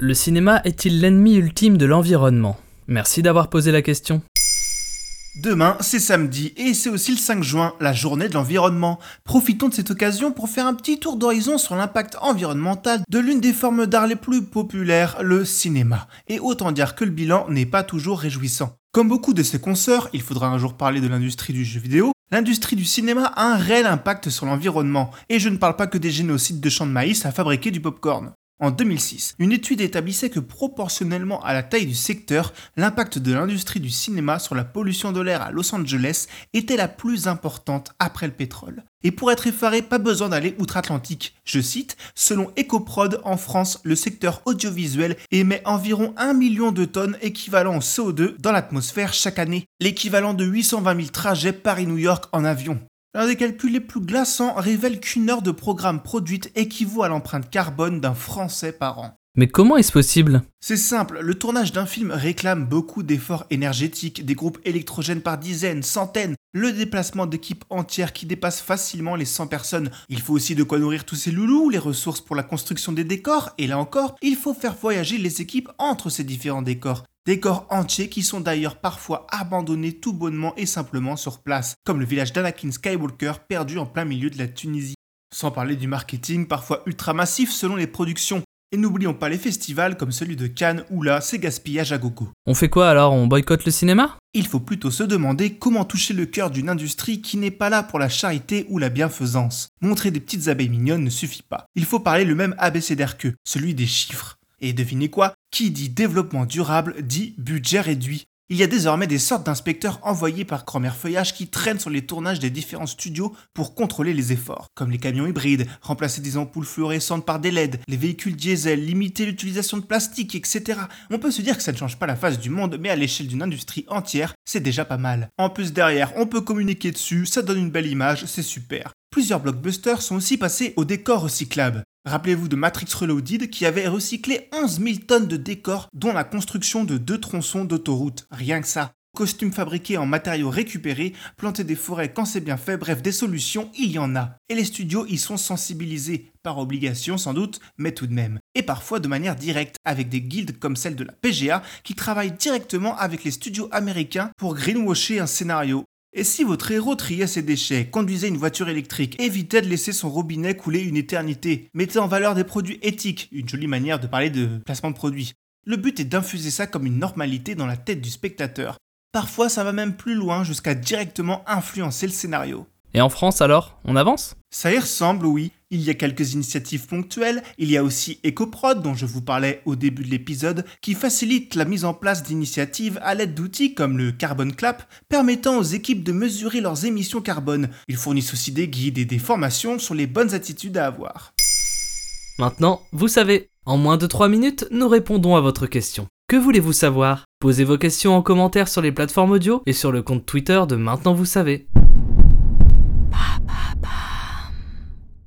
Le cinéma est-il l'ennemi ultime de l'environnement ? Merci d'avoir posé la question. Demain, c'est samedi et c'est aussi le 5 juin, la journée de l'environnement. Profitons de cette occasion pour faire un petit tour d'horizon sur l'impact environnemental de l'une des formes d'art les plus populaires, le cinéma. Et autant dire que le bilan n'est pas toujours réjouissant. Comme beaucoup de ses consoeurs, il faudra un jour parler de l'industrie du jeu vidéo, l'industrie du cinéma a un réel impact sur l'environnement. Et je ne parle pas que des génocides de champs de maïs à fabriquer du popcorn. En 2006, une étude établissait que proportionnellement à la taille du secteur, l'impact de l'industrie du cinéma sur la pollution de l'air à Los Angeles était la plus importante après le pétrole. Et pour être effaré, pas besoin d'aller outre-Atlantique. Je cite, selon Ecoprod, en France, le secteur audiovisuel émet environ 1 million de tonnes équivalent au CO2 dans l'atmosphère chaque année, l'équivalent de 820 000 trajets Paris-New York en avion. L'un des calculs les plus glaçants révèle qu'une heure de programme produite équivaut à l'empreinte carbone d'un Français par an. Mais comment est-ce possible ? C'est simple, le tournage d'un film réclame beaucoup d'efforts énergétiques, des groupes électrogènes par dizaines, centaines, le déplacement d'équipes entières qui dépassent facilement les 100 personnes. Il faut aussi de quoi nourrir tous ces loulous, les ressources pour la construction des décors, et là encore, il faut faire voyager les équipes entre ces différents décors. Décors entiers qui sont d'ailleurs parfois abandonnés tout bonnement et simplement sur place, comme le village d'Anakin Skywalker perdu en plein milieu de la Tunisie. Sans parler du marketing parfois ultra massif selon les productions. Et n'oublions pas les festivals comme celui de Cannes où là c'est gaspillage à gogo. On fait quoi alors ? On boycotte le cinéma ? Il faut plutôt se demander comment toucher le cœur d'une industrie qui n'est pas là pour la charité ou la bienfaisance. Montrer des petites abeilles mignonnes ne suffit pas. Il faut parler le même abécédaire qu'eux, celui des chiffres. Et devinez quoi ? Qui dit développement durable dit budget réduit. Il y a désormais des sortes d'inspecteurs envoyés par Cromer Feuillage qui traînent sur les tournages des différents studios pour contrôler les efforts, comme les camions hybrides, remplacer des ampoules fluorescentes par des LED, les véhicules diesel, limiter l'utilisation de plastique, etc. On peut se dire que ça ne change pas la face du monde, mais à l'échelle d'une industrie entière, c'est déjà pas mal. En plus derrière, on peut communiquer dessus, ça donne une belle image, c'est super. Plusieurs blockbusters sont aussi passés au décor recyclable. Rappelez-vous de Matrix Reloaded qui avait recyclé 11 000 tonnes de décors dont la construction de 2 tronçons d'autoroute. Rien que ça. Costumes fabriqués en matériaux récupérés, planter des forêts quand c'est bien fait, bref des solutions, il y en a. Et les studios y sont sensibilisés, par obligation sans doute, mais tout de même. Et parfois de manière directe, avec des guildes comme celle de la PGA qui travaillent directement avec les studios américains pour greenwasher un scénario. Et si votre héros triait ses déchets, conduisait une voiture électrique, évitait de laisser son robinet couler une éternité, mettait en valeur des produits éthiques, une jolie manière de parler de placement de produits. Le but est d'infuser ça comme une normalité dans la tête du spectateur. Parfois ça va même plus loin jusqu'à directement influencer le scénario. Et en France alors, on avance ? Ça y ressemble, oui. Il y a quelques initiatives ponctuelles, il y a aussi Ecoprod dont je vous parlais au début de l'épisode, qui facilite la mise en place d'initiatives à l'aide d'outils comme le Carbon Clap, permettant aux équipes de mesurer leurs émissions carbone. Ils fournissent aussi des guides et des formations sur les bonnes attitudes à avoir. Maintenant, vous savez, en moins de 3 minutes, nous répondons à votre question. Que voulez-vous savoir ? Posez vos questions en commentaire sur les plateformes audio et sur le compte Twitter de Maintenant Vous Savez.